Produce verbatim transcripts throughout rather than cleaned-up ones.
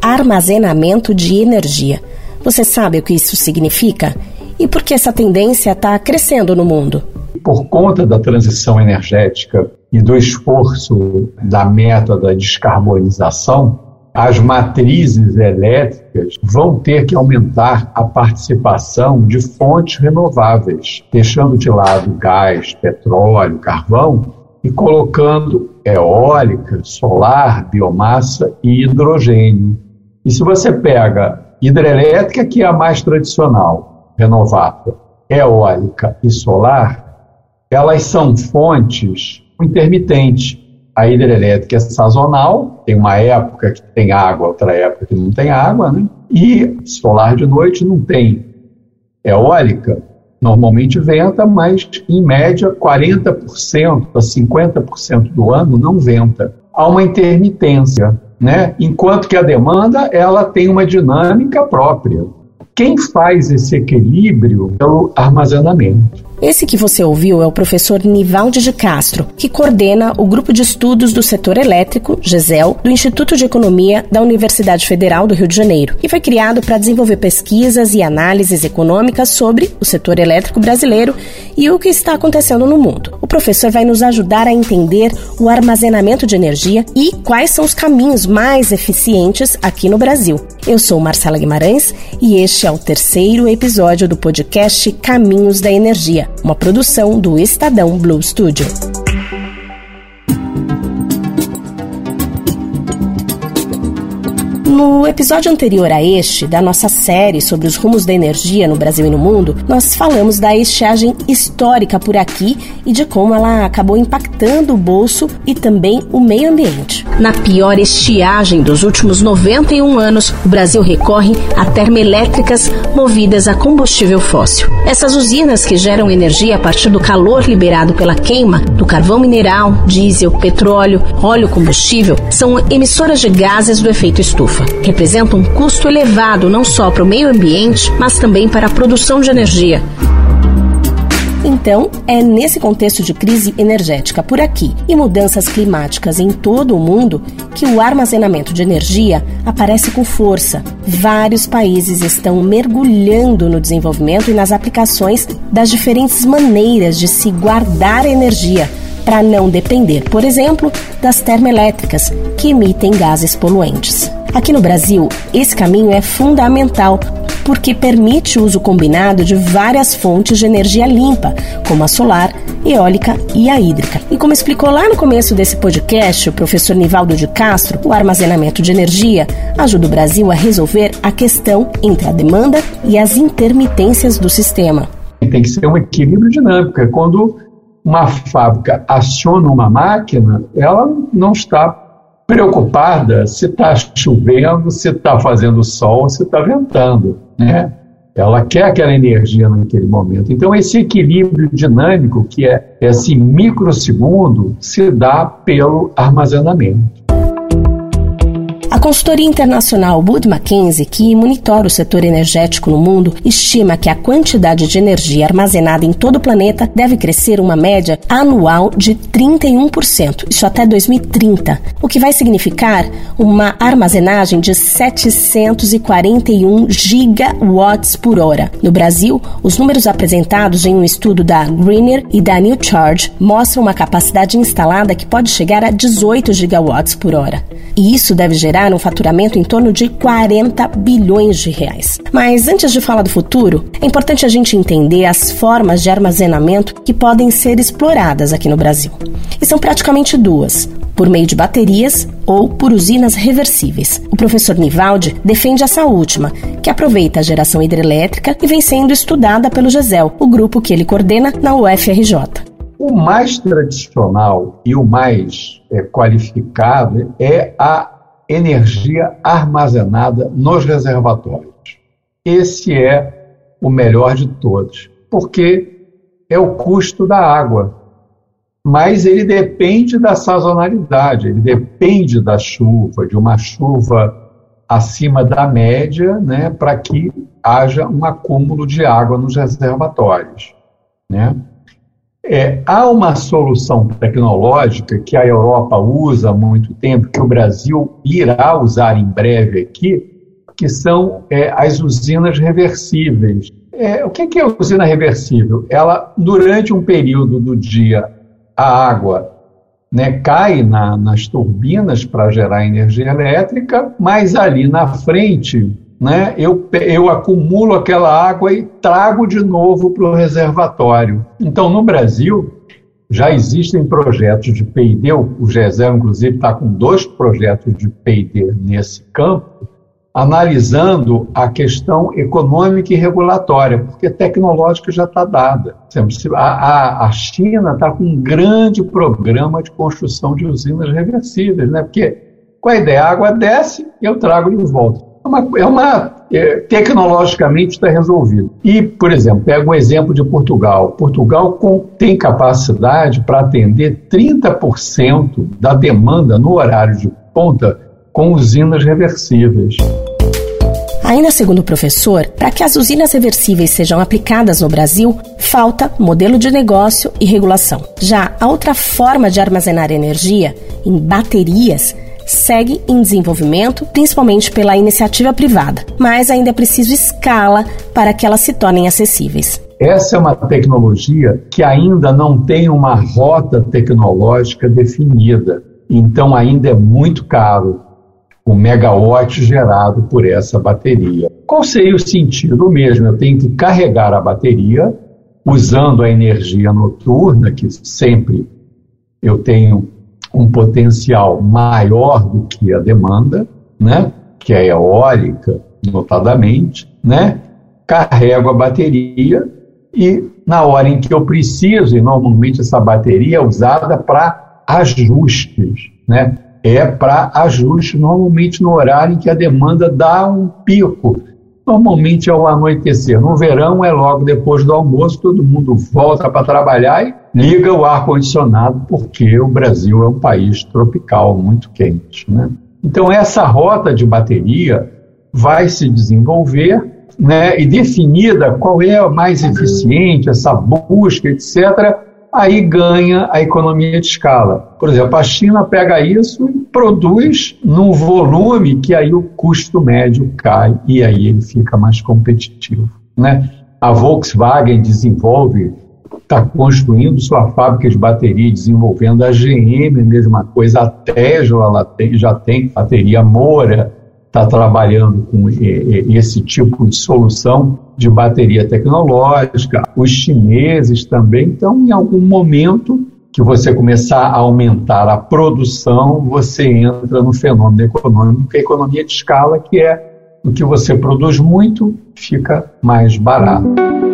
armazenamento de energia. Você sabe o que isso significa? E por que essa tendência está crescendo no mundo? Por conta da transição energética e do esforço da meta da descarbonização, as matrizes elétricas vão ter que aumentar a participação de fontes renováveis, deixando de lado gás, petróleo, carvão e colocando eólica, solar, biomassa e hidrogênio. E se você pega hidrelétrica, que é a mais tradicional, renovável, eólica e solar, elas são fontes intermitentes. A hidrelétrica é sazonal, tem uma época que tem água, outra época que não tem água, né? E solar de noite não tem. Eólica normalmente venta, mas em média quarenta por cento a cinquenta por cento do ano não venta. Há uma intermitência, né? Enquanto que a demanda ela tem uma dinâmica própria. Quem faz esse equilíbrio é o armazenamento. Esse que você ouviu é o professor Nivaldo de Castro, que coordena o Grupo de Estudos do Setor Elétrico, GESEL, do Instituto de Economia da Universidade Federal do Rio de Janeiro, e foi criado para desenvolver pesquisas e análises econômicas sobre o setor elétrico brasileiro e o que está acontecendo no mundo. O professor vai nos ajudar a entender o armazenamento de energia e quais são os caminhos mais eficientes aqui no Brasil. Eu sou Marcela Guimarães e este é o terceiro episódio do podcast Caminhos da Energia, uma produção do Estadão Blue Studio. No episódio anterior a este, da nossa série sobre os rumos da energia no Brasil e no mundo, nós falamos da estiagem histórica por aqui e de como ela acabou impactando o bolso e também o meio ambiente. Na pior estiagem dos últimos noventa e um anos, o Brasil recorre a termoelétricas movidas a combustível fóssil. Essas usinas que geram energia a partir do calor liberado pela queima do carvão mineral, diesel, petróleo, óleo combustível, são emissoras de gases do efeito estufa. Representa um custo elevado não só para o meio ambiente, mas também para a produção de energia. Então, é nesse contexto de crise energética por aqui e mudanças climáticas em todo o mundo que o armazenamento de energia aparece com força. Vários países estão mergulhando no desenvolvimento e nas aplicações das diferentes maneiras de se guardar energia, para não depender, por exemplo, das termoelétricas, que emitem gases poluentes. Aqui no Brasil, esse caminho é fundamental, porque permite o uso combinado de várias fontes de energia limpa, como a solar, eólica e a hídrica. E como explicou lá no começo desse podcast o professor Nivaldo de Castro, o armazenamento de energia ajuda o Brasil a resolver a questão entre a demanda e as intermitências do sistema. Tem que ser um equilíbrio dinâmico. É quando uma fábrica aciona uma máquina, ela não está preocupada se está chovendo, se está fazendo sol, se está ventando, né? Ela quer aquela energia naquele momento. Então, esse equilíbrio dinâmico, que é esse microsegundo, se dá pelo armazenamento. A consultoria internacional Wood Mackenzie, que monitora o setor energético no mundo, estima que a quantidade de energia armazenada em todo o planeta deve crescer uma média anual de trinta e um por cento, isso até dois mil e trinta, o que vai significar uma armazenagem de setecentos e quarenta e um gigawatts por hora. No Brasil, os números apresentados em um estudo da Greener e da New Charge mostram uma capacidade instalada que pode chegar a dezoito gigawatts por hora. E isso deve gerar um faturamento em torno de quarenta bilhões de reais. Mas antes de falar do futuro, é importante a gente entender as formas de armazenamento que podem ser exploradas aqui no Brasil. E são praticamente duas: por meio de baterias ou por usinas reversíveis. O professor Nivaldo defende essa última, que aproveita a geração hidrelétrica e vem sendo estudada pelo GESEL, o grupo que ele coordena na U F R J. O mais tradicional e o mais é, qualificado é a energia armazenada nos reservatórios. Esse é o melhor de todos, porque é o custo da água. Mas ele depende da sazonalidade, ele depende da chuva, de uma chuva acima da média, né, para que haja um acúmulo de água nos reservatórios, né? É, há uma solução tecnológica que a Europa usa há muito tempo, que o Brasil irá usar em breve aqui, que são é, as usinas reversíveis. É, o que é a usina reversível? Ela, durante um período do dia, a água, né, cai na, nas turbinas para gerar energia elétrica, mas ali na frente, né, eu, eu acumulo aquela água e trago de novo para o reservatório. Então, no Brasil, já existem projetos de P I D, o GESEL, inclusive, está com dois projetos de P I D nesse campo, analisando a questão econômica e regulatória, porque tecnológica já está dada. A, a, a China está com um grande programa de construção de usinas reversíveis, né? Porque, com a ideia, a água desce e eu trago de volta. É uma, é uma, é, tecnologicamente está resolvido. E, por exemplo, pega um exemplo de Portugal. Portugal com, tem capacidade para atender trinta por cento da demanda no horário de ponta com usinas reversíveis. Ainda segundo o professor, para que as usinas reversíveis sejam aplicadas no Brasil, falta modelo de negócio e regulação. Já a outra forma de armazenar energia, em baterias, segue em desenvolvimento, principalmente pela iniciativa privada, mas ainda é preciso escala para que elas se tornem acessíveis. Essa é uma tecnologia que ainda não tem uma rota tecnológica definida, então ainda é muito caro o megawatt gerado por essa bateria. Qual seria o sentido? O mesmo, eu tenho que carregar a bateria usando a energia noturna, que sempre eu tenho um potencial maior do que a demanda, né? Que é eólica, notadamente, né? Carrego a bateria e na hora em que eu preciso, e normalmente essa bateria é usada para ajustes, né? É para ajuste, normalmente no horário em que a demanda dá um pico. Normalmente é o anoitecer. No verão é logo depois do almoço, todo mundo volta para trabalhar e liga o ar-condicionado, porque o Brasil é um país tropical, muito quente, né? Então essa rota de bateria vai se desenvolver, né, e definida qual é a mais eficiente, essa busca, etcétera, aí ganha a economia de escala. Por exemplo, a China pega isso e produz num volume que aí o custo médio cai e aí ele fica mais competitivo, né? A Volkswagen desenvolve, está construindo sua fábrica de bateria, desenvolvendo a G M, a mesma coisa, a Tesla ela tem, já tem bateria Moura, está trabalhando com esse tipo de solução de bateria tecnológica, os chineses também. Então, em algum momento que você começar a aumentar a produção, você entra no fenômeno econômico, que é a economia de escala, que é o que você produz muito, fica mais barato.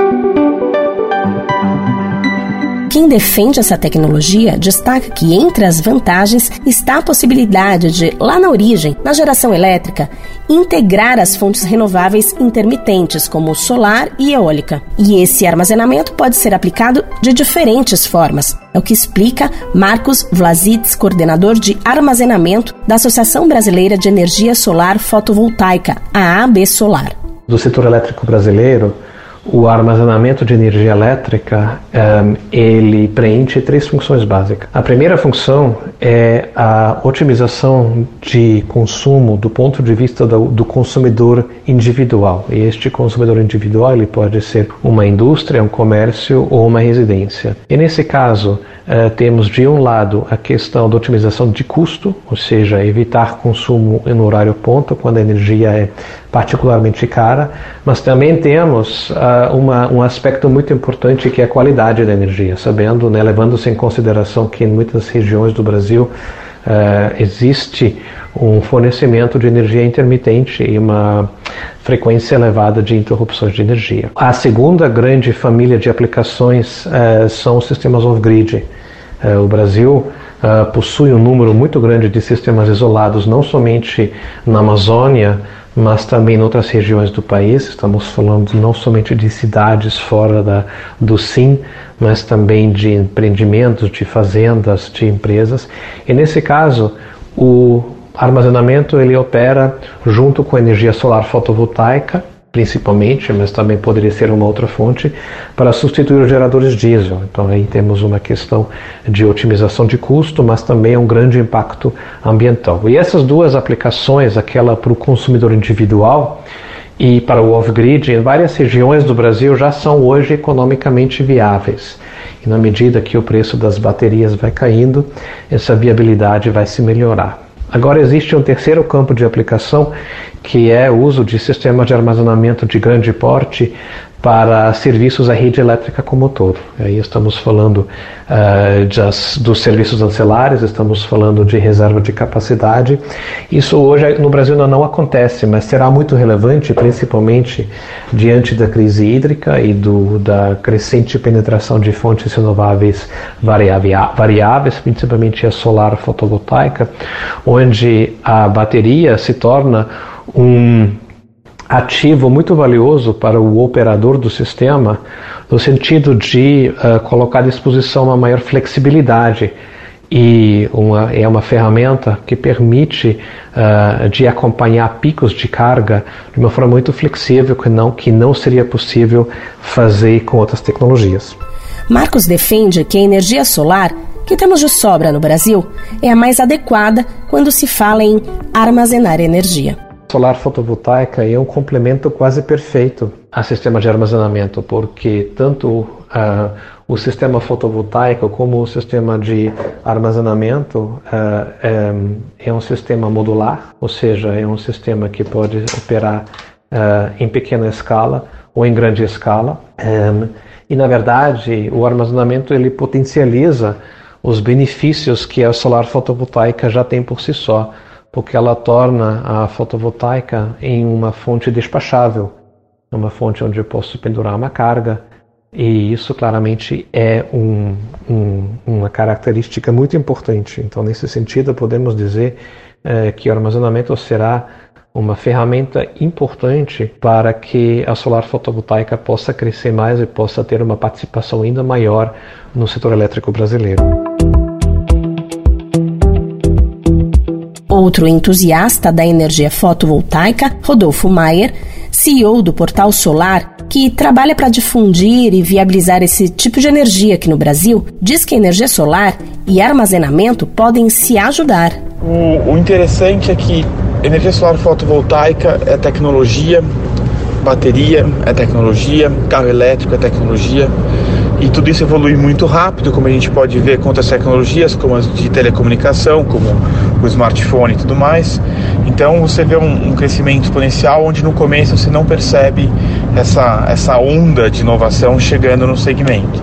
Quem defende essa tecnologia destaca que entre as vantagens está a possibilidade de, lá na origem, na geração elétrica, integrar as fontes renováveis intermitentes, como solar e eólica. E esse armazenamento pode ser aplicado de diferentes formas. É o que explica Marcos Vlasits, coordenador de armazenamento da Associação Brasileira de Energia Solar Fotovoltaica, a A B Solar. Do setor elétrico brasileiro, o armazenamento de energia elétrica, um, ele preenche três funções básicas. A primeira função é a otimização de consumo do ponto de vista do, do consumidor individual. E este consumidor individual ele pode ser uma indústria, um comércio ou uma residência. E nesse caso, uh, temos de um lado a questão da otimização de custo, ou seja, evitar consumo no horário ponta, quando a energia é particularmente cara, mas também temos uh, uma, um aspecto muito importante que é a qualidade da energia, sabendo, né, levando-se em consideração que em muitas regiões do Brasil uh, existe um fornecimento de energia intermitente e uma frequência elevada de interrupções de energia. A segunda grande família de aplicações uh, são os sistemas off-grid. Uh, o Brasil uh, possui um número muito grande de sistemas isolados, não somente na Amazônia, mas também em outras regiões do país. Estamos falando não somente de cidades fora da, do Sim, mas também de empreendimentos, de fazendas, de empresas. E nesse caso, o armazenamento ele opera junto com a energia solar fotovoltaica, principalmente, mas também poderia ser uma outra fonte, para substituir os geradores diesel. Então aí temos uma questão de otimização de custo, mas também um grande impacto ambiental. E essas duas aplicações, aquela para o consumidor individual e para o off-grid, em várias regiões do Brasil já são hoje economicamente viáveis. E na medida que o preço das baterias vai caindo, essa viabilidade vai se melhorar. Agora existe um terceiro campo de aplicação, que é o uso de sistemas de armazenamento de grande porte para serviços à rede elétrica como um todo. Aí estamos falando uh, das, dos serviços ancelares, estamos falando de reserva de capacidade. Isso hoje no Brasil ainda não acontece, mas será muito relevante, principalmente diante da crise hídrica e do, da crescente penetração de fontes renováveis variáveis, principalmente a solar fotovoltaica, onde a bateria se torna um ativo muito valioso para o operador do sistema, no sentido de uh, colocar à disposição uma maior flexibilidade, e uma, é uma ferramenta que permite uh, de acompanhar picos de carga de uma forma muito flexível, que não, que não seria possível fazer com outras tecnologias. Marcos defende que a energia solar, que temos de sobra no Brasil, é a mais adequada quando se fala em armazenar energia. Solar fotovoltaica é um complemento quase perfeito ao sistema de armazenamento, porque tanto uh, o sistema fotovoltaico como o sistema de armazenamento uh, é, é um sistema modular, ou seja, é um sistema que pode operar uh, em pequena escala ou em grande escala. Um, e, na verdade, o armazenamento ele potencializa os benefícios que a solar fotovoltaica já tem por si só, porque ela torna a fotovoltaica em uma fonte despachável, uma fonte onde eu posso pendurar uma carga, e isso claramente é um, um, uma característica muito importante. Então, nesse sentido, podemos dizer eh, que o armazenamento será uma ferramenta importante para que a solar fotovoltaica possa crescer mais e possa ter uma participação ainda maior no setor elétrico brasileiro. Outro entusiasta da energia fotovoltaica, Rodolfo Maier, C E O do Portal Solar, que trabalha para difundir e viabilizar esse tipo de energia aqui no Brasil, diz que a energia solar e armazenamento podem se ajudar. O, o interessante é que energia solar fotovoltaica é tecnologia, bateria é tecnologia, carro elétrico é tecnologia, e tudo isso evolui muito rápido, como a gente pode ver com outras tecnologias, como as de telecomunicação, como o smartphone e tudo mais. Então você vê um, um crescimento exponencial, onde no começo você não percebe essa, essa onda de inovação chegando no segmento.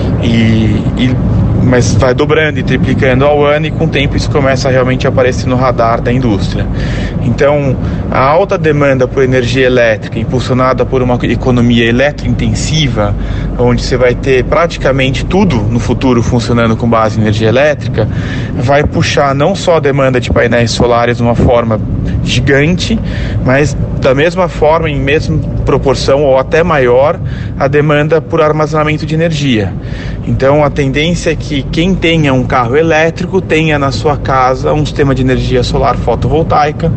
E, e, mas vai dobrando e triplicando ao ano, e com o tempo isso começa a realmente aparecer no radar da indústria. Então, a alta demanda por energia elétrica, impulsionada por uma economia eletrointensiva, onde você vai ter praticamente tudo no futuro funcionando com base em energia elétrica, vai puxar não só a demanda de painéis solares de uma forma gigante, mas da mesma forma, em mesma proporção ou até maior, a demanda por armazenamento de energia. Então, a tendência é que quem tenha um carro elétrico tenha na sua casa um sistema de energia solar fotovoltaica,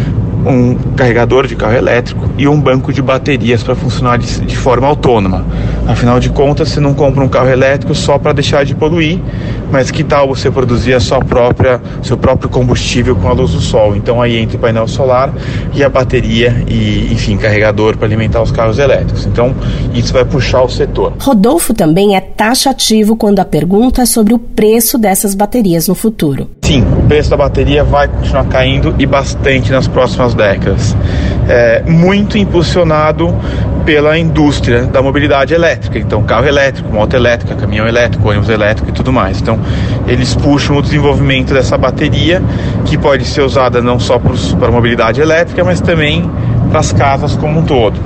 um carregador de carro elétrico e um banco de baterias para funcionar de, de forma autônoma. Afinal de contas, você não compra um carro elétrico só para deixar de poluir, mas que tal você produzir a sua própria, seu próprio combustível com a luz do sol? Então aí entra o painel solar e a bateria e, enfim, carregador para alimentar os carros elétricos. Então isso vai puxar o setor. Rodolfo também é taxativo quando a pergunta é sobre o preço dessas baterias no futuro. Sim, o preço da bateria vai continuar caindo, e bastante nas próximas décadas. É, muito impulsionado pela indústria da mobilidade elétrica. Então, carro elétrico, moto elétrica, caminhão elétrico, ônibus elétrico e tudo mais. Então, eles puxam o desenvolvimento dessa bateria, que pode ser usada não só para a mobilidade elétrica, mas também para as casas como um todo.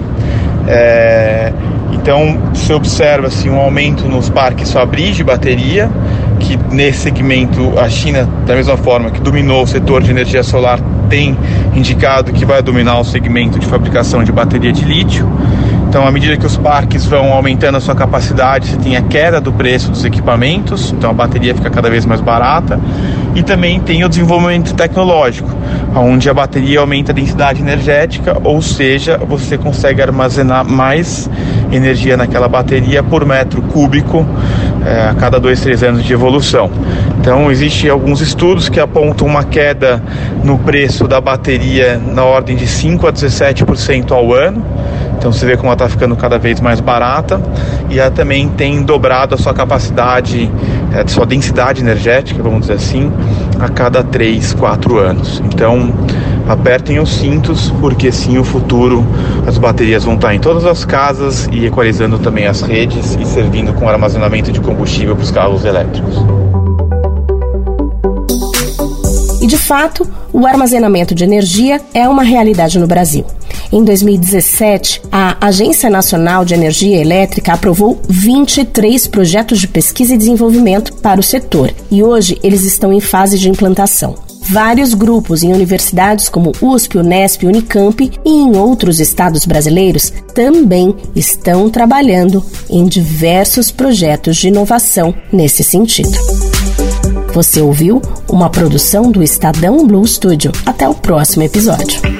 É, então, se observa assim, um aumento nos parques fabris de bateria, que nesse segmento a China, da mesma forma que dominou o setor de energia solar, tem indicado que vai dominar o segmento de fabricação de bateria de lítio. Então, à medida que os parques vão aumentando a sua capacidade, você tem a queda do preço dos equipamentos, então a bateria fica cada vez mais barata. E também tem o desenvolvimento tecnológico, onde a bateria aumenta a densidade energética, ou seja, você consegue armazenar mais energia naquela bateria por metro cúbico é, a cada dois, três anos de evolução. Então, existem alguns estudos que apontam uma queda no preço da bateria na ordem de cinco a dezessete por cento ao ano. Então você vê como ela está ficando cada vez mais barata, e ela também tem dobrado a sua capacidade, a sua densidade energética, vamos dizer assim, a cada três, quatro anos. Então apertem os cintos, porque sim, o futuro, as baterias vão estar em todas as casas e equalizando também as redes e servindo com armazenamento de combustível para os carros elétricos. E, de fato, o armazenamento de energia é uma realidade no Brasil. Em dois mil e dezessete, a Agência Nacional de Energia Elétrica aprovou vinte e três projetos de pesquisa e desenvolvimento para o setor, e hoje eles estão em fase de implantação. Vários grupos em universidades como U S P, Unesp, Unicamp e em outros estados brasileiros também estão trabalhando em diversos projetos de inovação nesse sentido. Você ouviu uma produção do Estadão Blue Studio. Até o próximo episódio.